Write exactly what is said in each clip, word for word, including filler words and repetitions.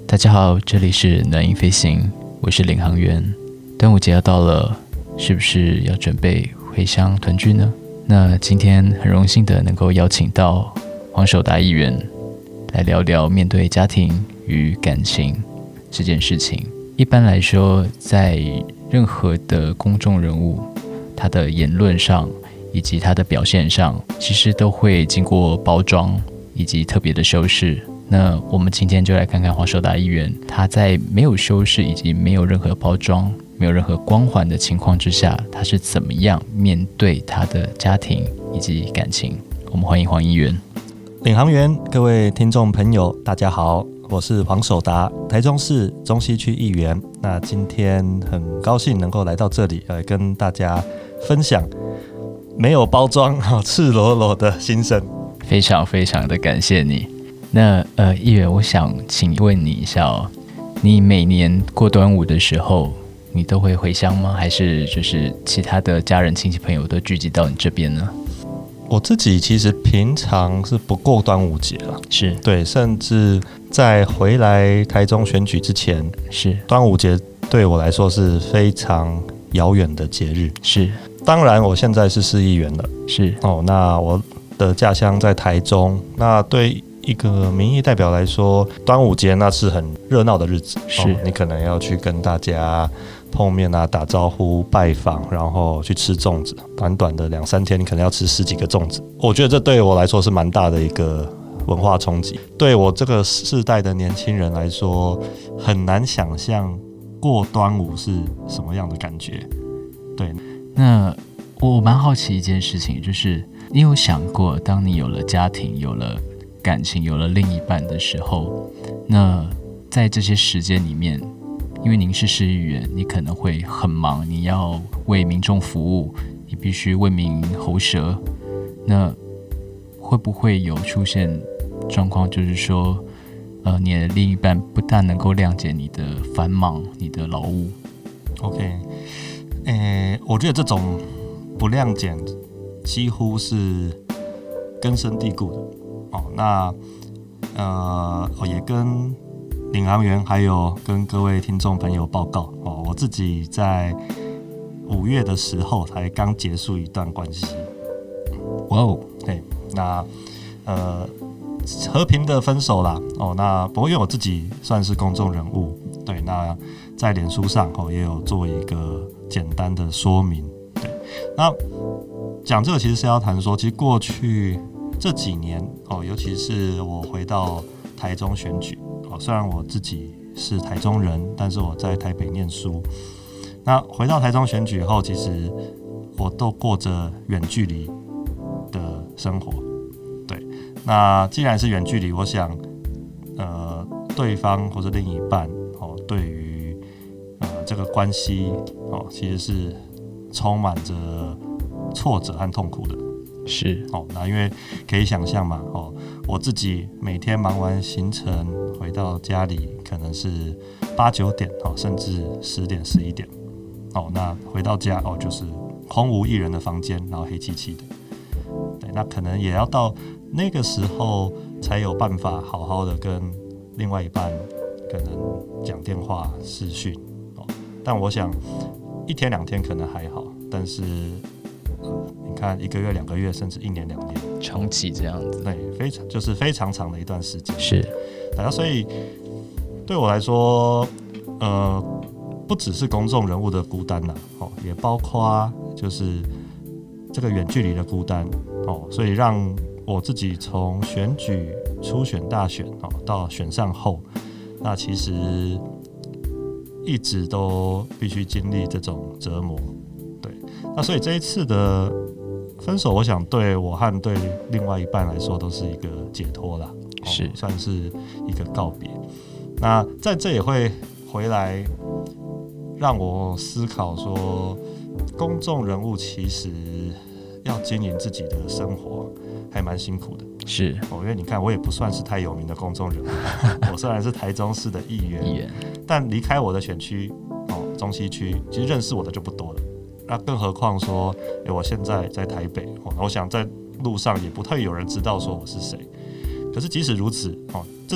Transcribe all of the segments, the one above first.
大家好，这里是暖音飞行，我是领航员。端午节要到了，是不是要准备回乡团聚呢？那今天很荣幸的能够邀请到黄守达议员来聊聊面对家庭与感情这件事情。一般来说，在任何的公众人物，他的言论上以及他的表现上，其实都会经过包装以及特别的修饰。那我们今天就来看看黄守达议员，他在没有修饰以及没有任何包装、没有任何光环的情况之下，他是怎么样面对他的家庭以及感情。我们欢迎黄议员。 领航员，各位听众朋友，大家好，我是黄守达，台中市中西区议员。那今天很高兴能够来到这里，呃，跟大家分享没有包装、赤裸裸的心声。 非常非常的感谢你。那呃，议员，我想请问你一下哦，你每年过端午的时候，你都会回乡吗？还是就是其他的家人亲戚朋友都聚集到你这边呢？ 我自己其实平常是不过端午节了， 是对，甚至在回来台中选举之前， 是端午节对我来说是非常遥远的节日。 是， 当然我现在是市议员了， 是哦，那我的家乡在台中，那对一个民意代表来说，端午节那是很热闹的日子， 是、 哦、你可能要去跟大家碰面啊，打招呼、拜访，然后去吃粽子。短短的两三天，你可能要吃十几个粽子。我觉得这对我来说是蛮大的一个文化冲击。对我这个世代的年轻人来说，很难想象过端午是什么样的感觉。对， 那我蛮好奇一件事情，就是你有想过，当你有了家庭、有了感情、有了另一半的时候，那在这些时间里面，因为您是市议员，你可能会很忙，你要为民众服务，你必须为民喉舌。那会不会有出现状况，就是说，呃，你的另一半不但能够谅解你的繁忙、你的劳务 ？OK， 欸，我觉得这种不谅解几乎是根深蒂固的。哦，那呃，也跟领航员还有跟各位听众朋友报告哦，我自己在五月的时候才刚结束一段关系。哇哦，对，那呃和平的分手啦。哦，那不过因为我自己算是公众人物，对，那在脸书上哦也有做一个简单的说明。对，那讲这个其实是要谈说，其实过去这几年哦，尤其是我回到台中选举哦，虽然我自己是台中人，但是我在台北念书。那回到台中选举后，其实我都过着远距离的生活。对，那既然是远距离，我想，呃，对方或者另一半哦，对于呃这个关系哦，其实是充满着挫折和痛苦的。 是哦，那因为可以想象嘛，哦，我自己每天忙完行程回到家里，可能是八九点哦，甚至十点、十一点，哦，那回到家哦，就是空无一人的房间，然后黑漆漆的，对，那可能也要到那个时候才有办法好好的跟另外一半可能讲电话、视讯哦，但我想一天两天可能还好，但是。你看一个月、两个月，甚至一年、两年， 长期这样子， 对，非常就是非常长的一段时间。 是， 那所以对我来说，呃，不只是公众人物的孤单呐、啊，哦，也包括就是这个远距离的孤单哦，所以让我自己从选举、初选、大选哦，到选上后，那其实一直都必须经历这种折磨。那所以这一次的分手，我想对我和对另外一半来说都是一个解脱啦， 是、哦、 算是一个告别。那在这也会回来让我思考说，公众人物其实要经营自己的生活还蛮辛苦的。 是哦，因为你看，我也不算是太有名的公众人物，我虽然是台中市的议员， 议员但离开我的选区哦，中西区，其实认识我的就不多了。那更何况说，欸，我现在在台北，哦，我想在路上也不太有人知道说我是谁。可是即使如此，哦，这种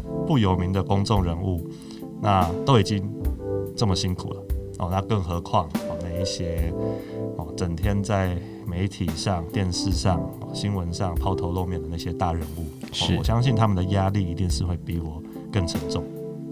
不有名的公众人物，那都已经这么辛苦了哦，那更何况哦那一些哦整天在媒体上、电视上、哦、新闻上抛头露面的那些大人物，哦，我相信他们的压力一定是会比我更沉重。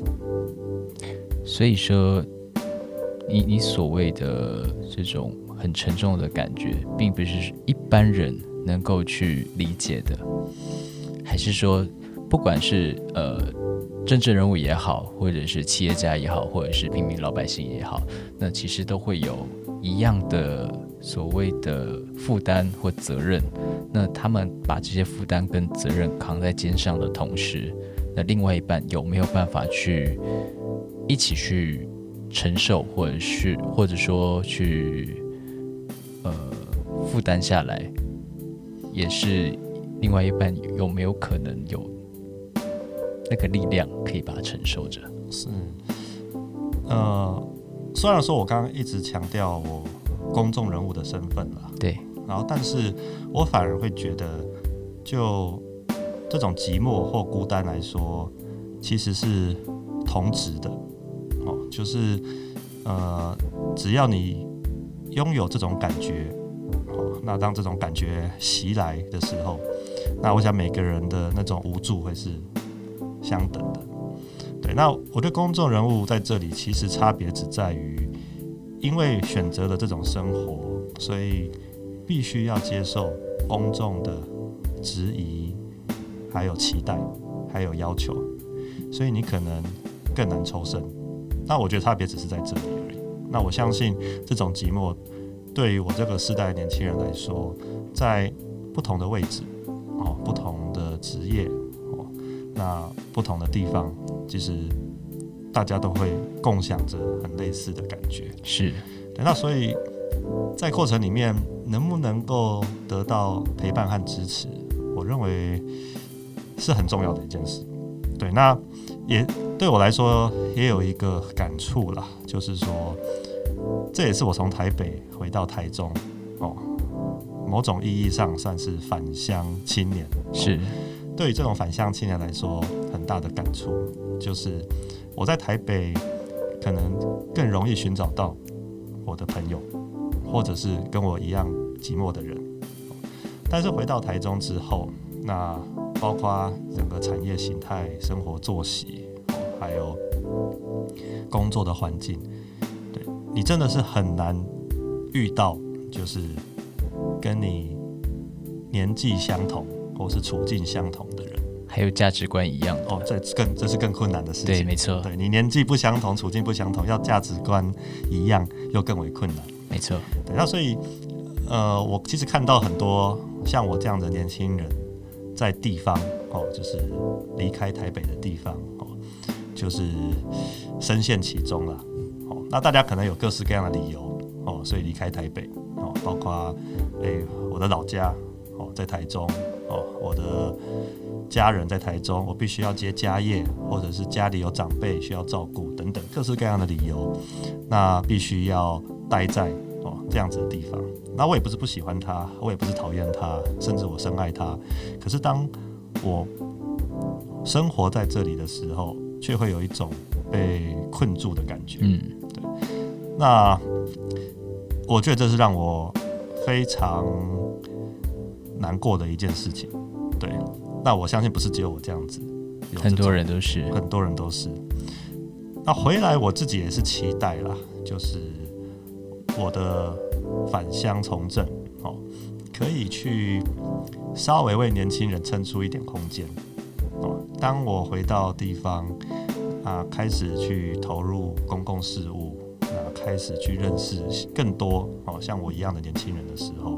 所以说，你你所谓的这种很沉重的感觉，并不是一般人能够去理解的，还是说，不管是呃政治人物也好，或者是企业家也好，或者是平民老百姓也好，那其实都会有一样的所谓的负担或责任。那他们把这些负担跟责任扛在肩上的同时，那另外一半有没有办法去一起去承受，或者是或者说去呃负担下来，也是另外一半有没有可能有那个力量可以把它承受着？ 是，呃，虽然说我刚刚一直强调我公众人物的身份啦， 对， 然后但是我反而会觉得，就这种寂寞或孤单来说，其实是同质的，哦，就是呃，只要你拥有这种感觉，哦，那当这种感觉袭来的时候，那我想每个人的那种无助会是相等的。对，那我对公众人物在这里其实差别只在于，因为选择了这种生活，所以必须要接受公众的质疑，还有期待，还有要求，所以你可能更难抽身。那我觉得差别只是在这里而已。那我相信这种寂寞，对于我这个世代的年轻人来说，在不同的位置，哦，不同的职业，哦，那不同的地方，其实大家都会共享着很类似的感觉。 是， 对，那所以在过程里面，能不能够得到陪伴和支持，我认为是很重要的一件事。对，那也对我来说也有一个感触啦，就是说，这也是我从台北回到台中，哦，某种意义上算是返乡青年。 是， 对于这种返乡青年来说，很大的感触就是我在台北可能更容易寻找到我的朋友，或者是跟我一样寂寞的人。但是回到台中之后，那包括整个产业形态、生活作息，还有工作的环境，对，你真的是很难遇到就是跟你年纪相同或是处境相同的人， 还有价值观一样的。 哦，这更这是更困难的事情。 对，没错。 对，你年纪不相同，处境不相同，要价值观一样，又更为困难。 没错。 对，那所以，呃，我其实看到很多像我这样的年轻人，在地方哦，就是离开台北的地方哦，就是深陷其中啦。哦，那大家可能有各式各样的理由哦，所以离开台北哦，包括诶、欸、我的老家哦在台中哦，我的家人在台中，我必须要接家业，或者是家里有长辈需要照顾等等各式各样的理由，那必须要待在哦这样子的地方。那我也不是不喜欢他，我也不是讨厌他，甚至我深爱他。可是当我生活在这里的时候，却会有一种被困住的感觉。 嗯， 对。那我觉得这是让我非常难过的一件事情。对。那我相信不是只有我这样子， 很多人都是， 很多人都是。那回来我自己也是期待啦，就是我的返乡从政，哦，可以去稍微为年轻人撑出一点空间。哦，当我回到地方啊，开始去投入公共事务，啊，开始去认识更多哦像我一样的年轻人的时候，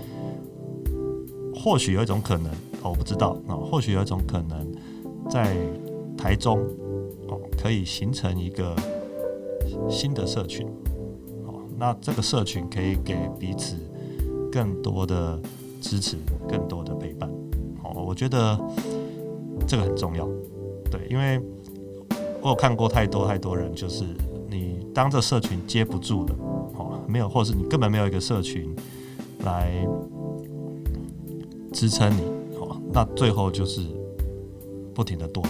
或许有一种可能，哦，我不知道，哦，或许有一种可能，在台中，哦，可以形成一个新的社群。那这个社群可以给彼此更多的支持，更多的陪伴。哦，我觉得这个很重要。对，因为我有看过太多太多人，就是你当这社群接不住了，哦，没有，或是你根本没有一个社群来支撑你，哦，那最后就是不停的堕落。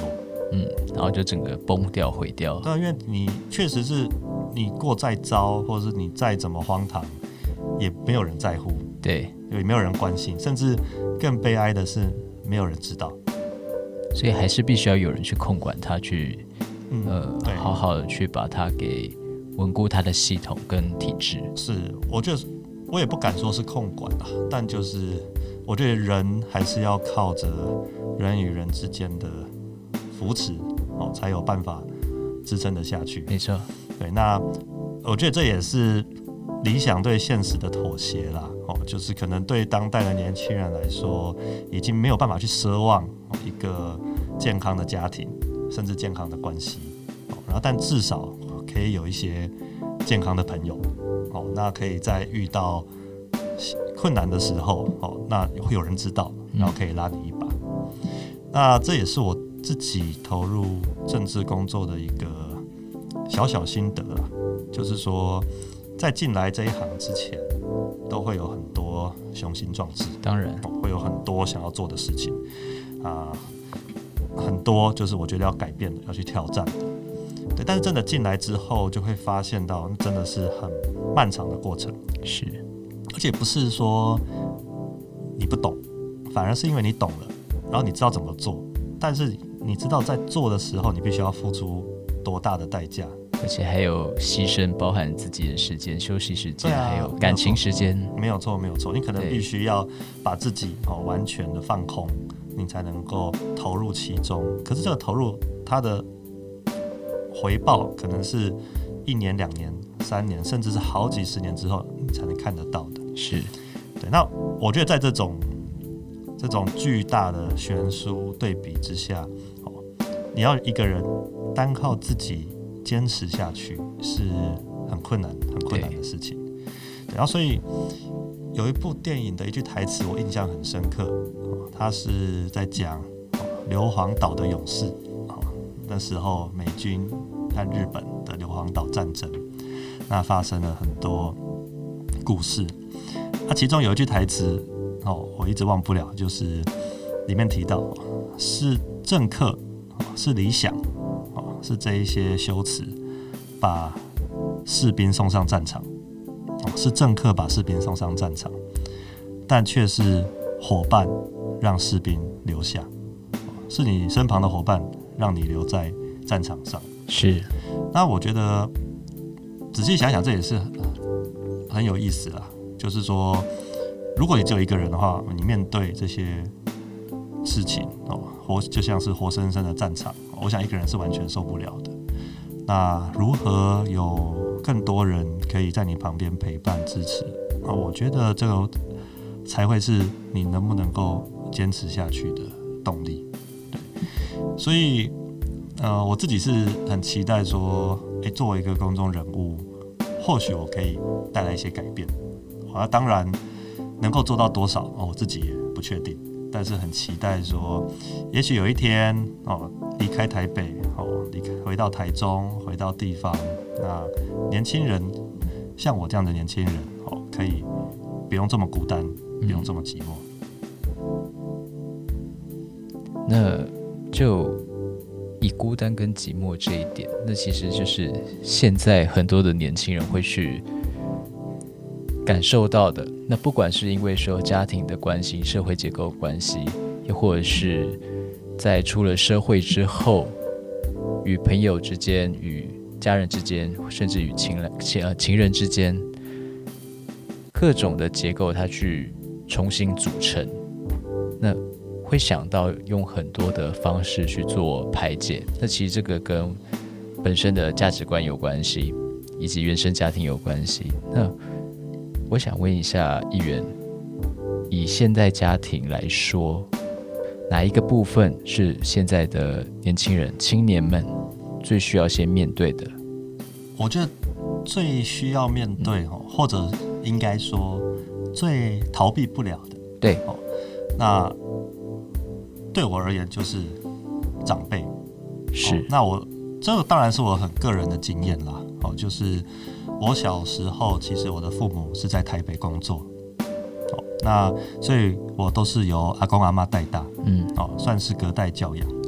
嗯，然后就整个崩掉毁掉。 对，因为你确实是你过再糟，或者是你再怎么荒唐，也没有人在乎， 对， 也没有人关心，甚至更悲哀的是没有人知道。 所以还是必须要有人去控管它，去、嗯、呃好好的去把它给稳固它的系统跟体制。 是，我觉得我也不敢说是控管啦，但就是我觉得人还是要靠着人与人之间的扶持、哦、才有办法支撑得下去。 没错， 对，那我觉得这也是理想对现实的妥协啦、哦、就是可能对当代的年轻人来说，已经没有办法去奢望、哦、一个健康的家庭，甚至健康的关系、哦、然后但至少可以有一些健康的朋友、哦、那可以在遇到困难的时候、哦、那会有人知道，然后可以拉你一把、嗯、那这也是我自己投入政治工作的一个小小心得啦，就是说在进来这一行之前，都会有很多雄心壮志， 当然、 哦、会有很多想要做的事情啊、呃，很多就是我觉得要改变的，要去挑战的。对，但是真的进来之后，就会发现到真的是很漫长的过程。 是， 而且不是说你不懂，反而是因为你懂了，然后你知道怎么做，但是你知道在做的时候，你必须要付出多大的代价。 而且还有牺牲，包含自己的时间、休息时间、啊，还有感情时间。 没有错，没有错，你可能必须要把自己、哦、完全的放空，你才能够投入其中。可是这个投入，它的回报可能是一年、两年、三年，甚至是好几十年之后，你才能看得到的。 是， 对。那我觉得在这种这种巨大的悬殊对比之下，哦，你要一个人单靠自己坚持下去是很困难、很困难的事情。然后，所以有一部电影的一句台词我印象很深刻，哦、他是在讲、哦、硫磺岛的勇士、哦。那时候美军和日本的硫磺岛战争，那发生了很多故事。那其中有一句台词、哦、我一直忘不了，就是里面提到是政客，是理想。是这一些修辞把士兵送上战场，是政客把士兵送上战场，但却是伙伴让士兵留下，是你身旁的伙伴让你留在战场上。 是， 那我觉得仔细想想，这也是很有意思啦。就是说，如果你只有一个人的话，你面对这些事情哦，活就像是活生生的战场，我想一个人是完全受不了的。那如何有更多人可以在你旁边陪伴支持啊？我觉得这个才会是你能不能够坚持下去的动力。对，所以呃，我自己是很期待说，欸，作为一个公众人物，或许我可以带来一些改变。啊，当然能够做到多少，哦，我自己也不确定。但是很期待说，也许有一天哦，离开台北哦，离开回到台中，回到地方，那年轻人像我这样的年轻人哦，可以不用这么孤单，不用这么寂寞。 嗯、那就以孤单跟寂寞这一点，那其实就是现在很多的年轻人会去感受到的。那不管是因为说家庭的关系、社会结构关系，又或者是在出了社会之后，与朋友之间、与家人之间，甚至与 情, 情, 情人之间，各种的结构它去重新组成，那会想到用很多的方式去做排解。那其实这个跟本身的价值观有关系，以及原生家庭有关系。那我想问一下议员，以现代家庭来说，哪一个部分是现在的年轻人、青年们最需要先面对的？ 我觉得最需要面对、嗯、或者应该说最逃避不了的， 对， 那对我而言就是长辈。 是， 哦、那我这当然是我很个人的经验啦。哦，就是我小时候，其实我的父母是在台北工作，那所以我都是由阿公阿嬷带大，嗯，哦，算是隔代教养。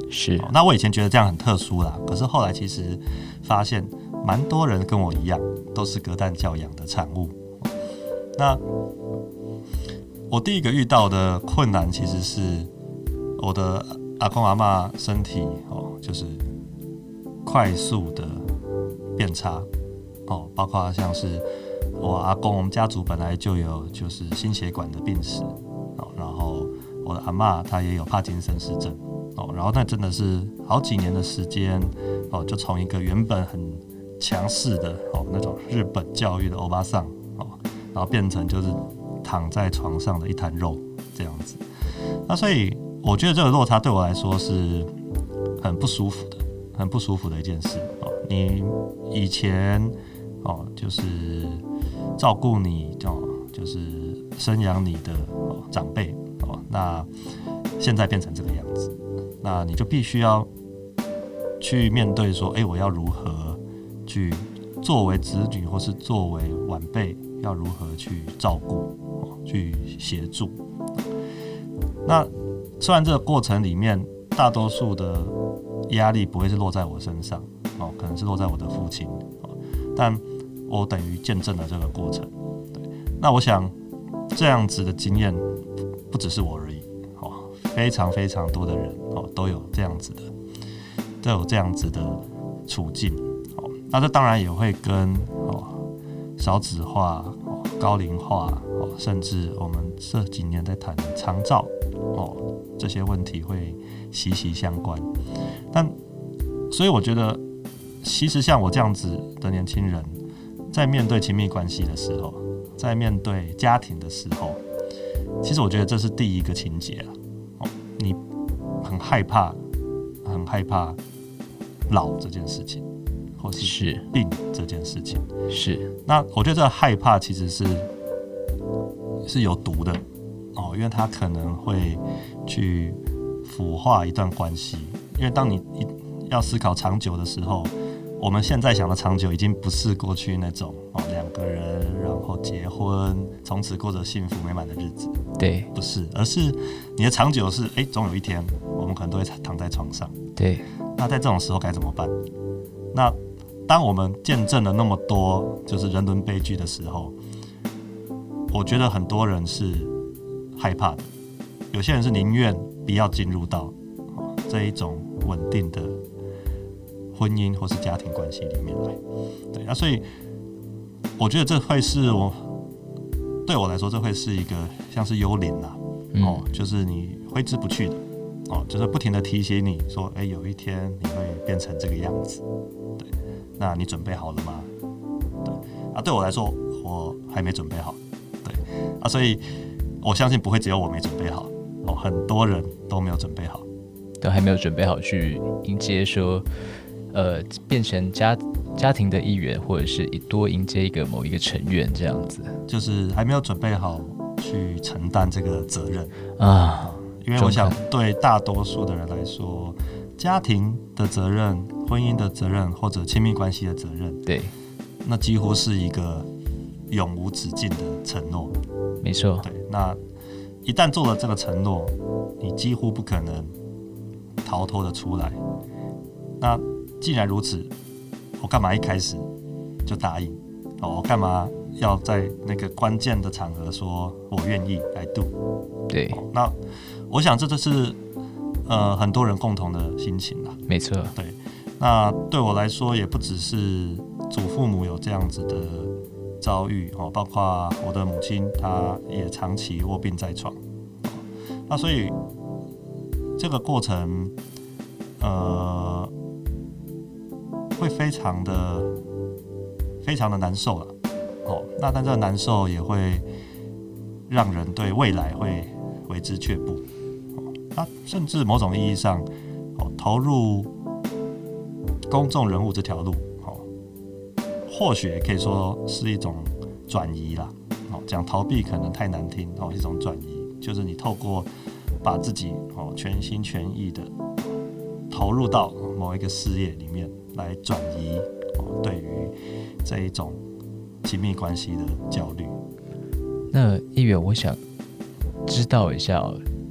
是、 哦。那我以前觉得这样很特殊啦，可是后来其实发现蛮多人跟我一样，都是隔代教养的产物。那我第一个遇到的困难其实是我的阿公阿嬷身体哦，就是快速的变差哦，包括像是我阿公，我们家族本来就有就是心血管的病史哦，然后我的阿嬷她也有帕金森氏症哦，然后那真的是好几年的时间哦，就从一个原本很强势的哦那种日本教育的欧巴桑哦，然后变成就是躺在床上的一滩肉这样子。那所以我觉得这个落差对我来说是很不舒服的，很不舒服的一件事哦。你以前哦就是照顾你哦，就是生养你的、哦、长辈哦，那现在变成这个样子，那你就必须要去面对说，哎，我要如何去作为子女或是作为晚辈，要如何去照顾、哦、去协助。那虽然这个过程里面，大多数的压力不会是落在我身上，哦，可能是落在我的父亲，哦，但我等于见证了这个过程。对，那我想这样子的经验不只是我而已，哦，非常非常多的人哦都有这样子的，都有这样子的处境。哦，那这当然也会跟哦少子化、哦高龄化，哦，甚至我们这几年在谈的长照。哦，这些问题会息息相关，但所以我觉得，其实像我这样子的年轻人，在面对亲密关系的时候，在面对家庭的时候，其实我觉得这是第一个情节了。哦，你很害怕，很害怕老这件事情，或是病这件事情。 是， 那我觉得这个害怕其实是是有毒的。哦，因为它可能会去腐化一段关系。因为当你要思考长久的时候，我们现在想的长久已经不是过去那种哦两个人然后结婚，从此过着幸福美满的日子。 对， 不是，而是你的长久是，哎，总有一天我们可能都会躺在床上。 对， 那在这种时候该怎么办？那当我们见证了那么多就是人伦悲剧的时候，我觉得很多人是害怕的，有些人是宁愿不要进入到、哦、这一种稳定的婚姻或是家庭关系里面来。对，那所以我觉得这会是我对我来说，这会是一个像是幽灵啦、嗯哦，就是你挥之不去的，哦，就是不停的提醒你说，哎，有一天你会变成这个样子，对，那你准备好了吗？对，啊，对我来说，我还没准备好，对，啊，所以。我相信不会只有我没准备好，哦，很多人都没有准备好， 都还没有准备好去迎接说，呃，变成家家庭的一员，或者是多迎接一个某一个成员这样子， 就是还没有准备好去承担这个责任啊。 因为我想对大多数的人来说，家庭的责任、婚姻的责任或者亲密关系的责任， 对， 那几乎是一个永无止境的承诺。 没错， 对，那一旦做了这个承诺，你几乎不可能逃脱得出来。那既然如此，我干嘛一开始就答应？哦，我干嘛要在那个关键的场合说我愿意来 do？ 对、 哦，那我想这就是呃很多人共同的心情啦。 没错， 对。那对我来说，也不只是祖父母有这样子的遭遇，包括我的母亲，她也长期卧病在床。那所以这个过程，呃，会非常的、非常的难受了。哦，那但这个难受也会让人对未来会为之却步。那甚至某种意义上，哦，投入公众人物这条路。或许也可以说是一种转移啦，哦，讲逃避可能太难听，哦，一种转移，就是你透过把自己哦全心全意的投入到某一个事业里面来转移哦对于这一种亲密关系的焦虑。 那议员，我想知道一下哦，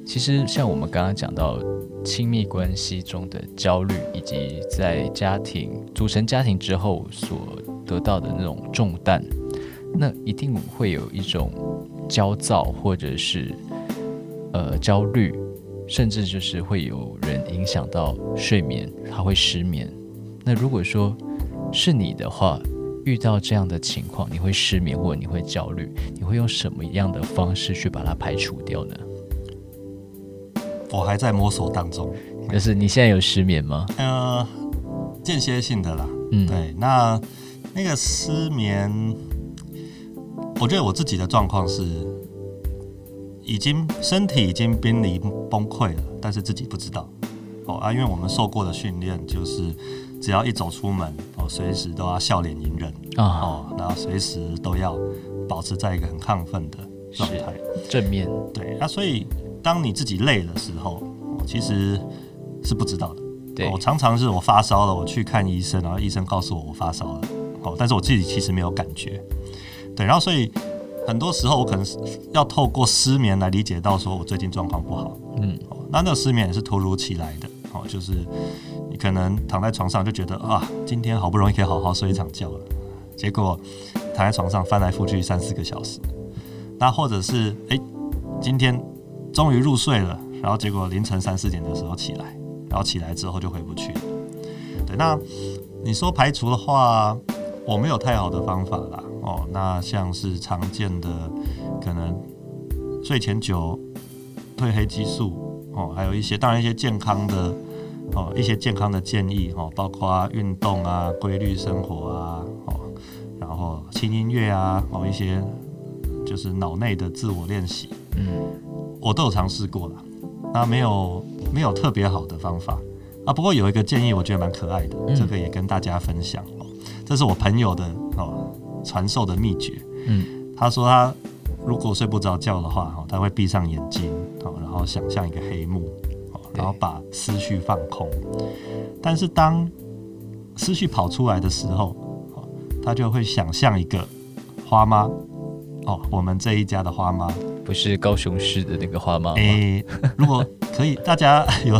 其实像我们刚刚讲到亲密关系中的焦虑，以及在家庭组成家庭之后所得到的那种重担，那一定会有一种焦躁，或者是呃焦虑，甚至就是会有人影响到睡眠，他会失眠。那如果说是你的话，遇到这样的情况，你会失眠或者你会焦虑，你会用什么样的方式去把它排除掉呢？ 我还在摸索当中。 就是你现在有失眠吗？ 呃，间歇性的啦。 嗯， 对。那那个失眠，我觉得我自己的状况是，已经身体已经濒临崩溃了，但是自己不知道。哦啊，因为我们受过的训练就是，只要一走出门，哦，随时都要笑脸迎人啊，哦，然后随时都要保持在一个很亢奋的状态， 正面。 对啊，所以当你自己累的时候，其实是不知道的。对，我常常是我发烧了，我去看医生，然后医生告诉我我发烧了，哦，但是我自己其实没有感觉。对，然后所以很多时候我可能要透过失眠来理解到说我最近状况不好。嗯，哦，那那个失眠也是突如其来的，哦，就是你可能躺在床上就觉得啊，今天好不容易可以好好睡一场觉了，结果躺在床上翻来覆去三四个小时。那或者是哎、欸，今天终于入睡了，然后结果凌晨三四点的时候起来，然后起来之后就回不去了。对，那你说排除的话，我没有太好的方法啦。哦，那像是常见的可能睡前酒、褪黑激素，哦，还有一些当然一些健康的哦一些健康的建议哦，包括运动啊、规律生活啊，哦，然后轻音乐啊，哦一些就是脑内的自我练习，嗯，我都有尝试过啦。那没有没有特别好的方法啊，不过有一个建议我觉得蛮可爱的，嗯，这个也跟大家分享哦。这是我朋友的哦传授的秘诀，嗯，他说他如果睡不着觉的话，他会闭上眼睛，然后想象一个黑幕，然后把思绪放空。但是当思绪跑出来的时候，他就会想象一个花妈，哦，我们这一家的花妈， 不是高雄市的那个花妈吗？ 欸，如果可以，大家有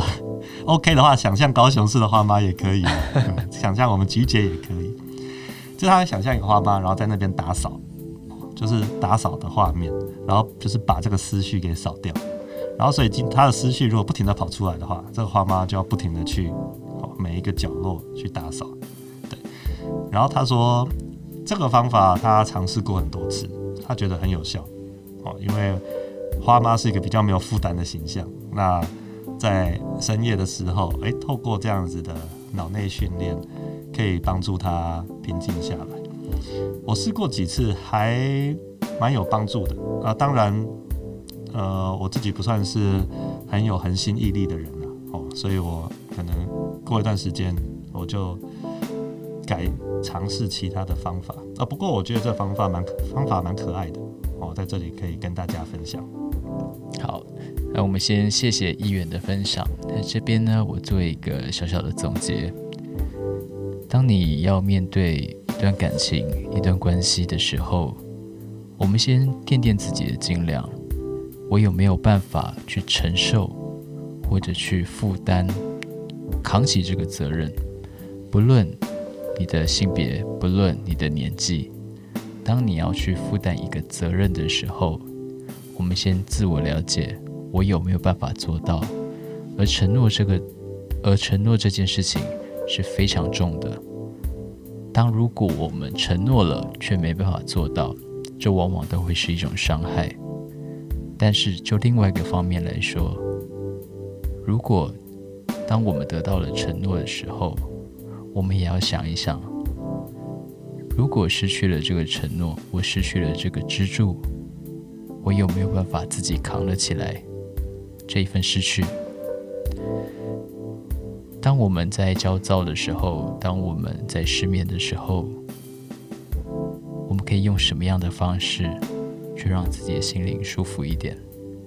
OK 的话，想象高雄市的花妈也可以，嗯，想象我们菊姐也可以。就是他想象一个花妈，然后在那边打扫，就是打扫的画面，然后就是把这个思绪给扫掉。然后所以他的思绪如果不停的跑出来的话，这个花妈就要不停的去每一个角落去打扫。对，然后他说这个方法他尝试过很多次，他觉得很有效，因为花妈是一个比较没有负担的形象。那在深夜的时候，欸，透过这样子的脑内训练，可以帮助他平静下来。我试过几次，还蛮有帮助的啊。当然，呃，我自己不算是很有恒心毅力的人啦，哦，所以我可能过一段时间我就改尝试其他的方法啊。不过我觉得这方法蛮方法蛮可爱的哦，在这里可以跟大家分享。 好，那我们先谢谢议员的分享。在这边呢，我做一个小小的总结。当你要面对一段感情、一段关系的时候，我们先掂掂自己的斤两，我有没有办法去承受，或者去负担、扛起这个责任？不论你的性别，不论你的年纪，当你要去负担一个责任的时候，我们先自我了解，我有没有办法做到？而承诺这个，而承诺这件事情是非常重的。当如果我们承诺了却没办法做到，这往往都会是一种伤害。但是就另外一个方面来说，如果当我们得到了承诺的时候，我们也要想一想，如果失去了这个承诺，我失去了这个支柱，我有没有办法自己扛了起来这一份失去？当我们在焦躁的时候，当我们在失眠的时候，我们可以用什么样的方式去让自己的心灵舒服一点？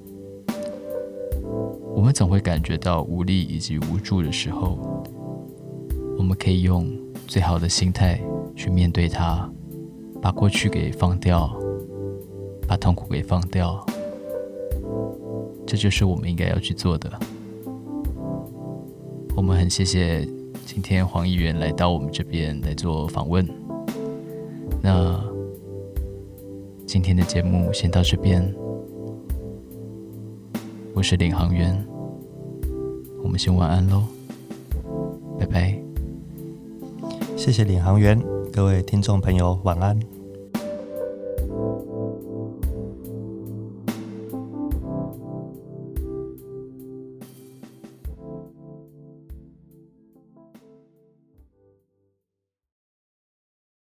我们总会感觉到无力以及无助的时候，我们可以用最好的心态去面对它，把过去给放掉，把痛苦给放掉， 这就是我们应该要去做的。我们很谢谢今天黄议员来到我们这边来做访问。那今天的节目先到这边，我是领航员，我们先晚安咯，拜拜。 谢谢领航员，各位听众朋友晚安。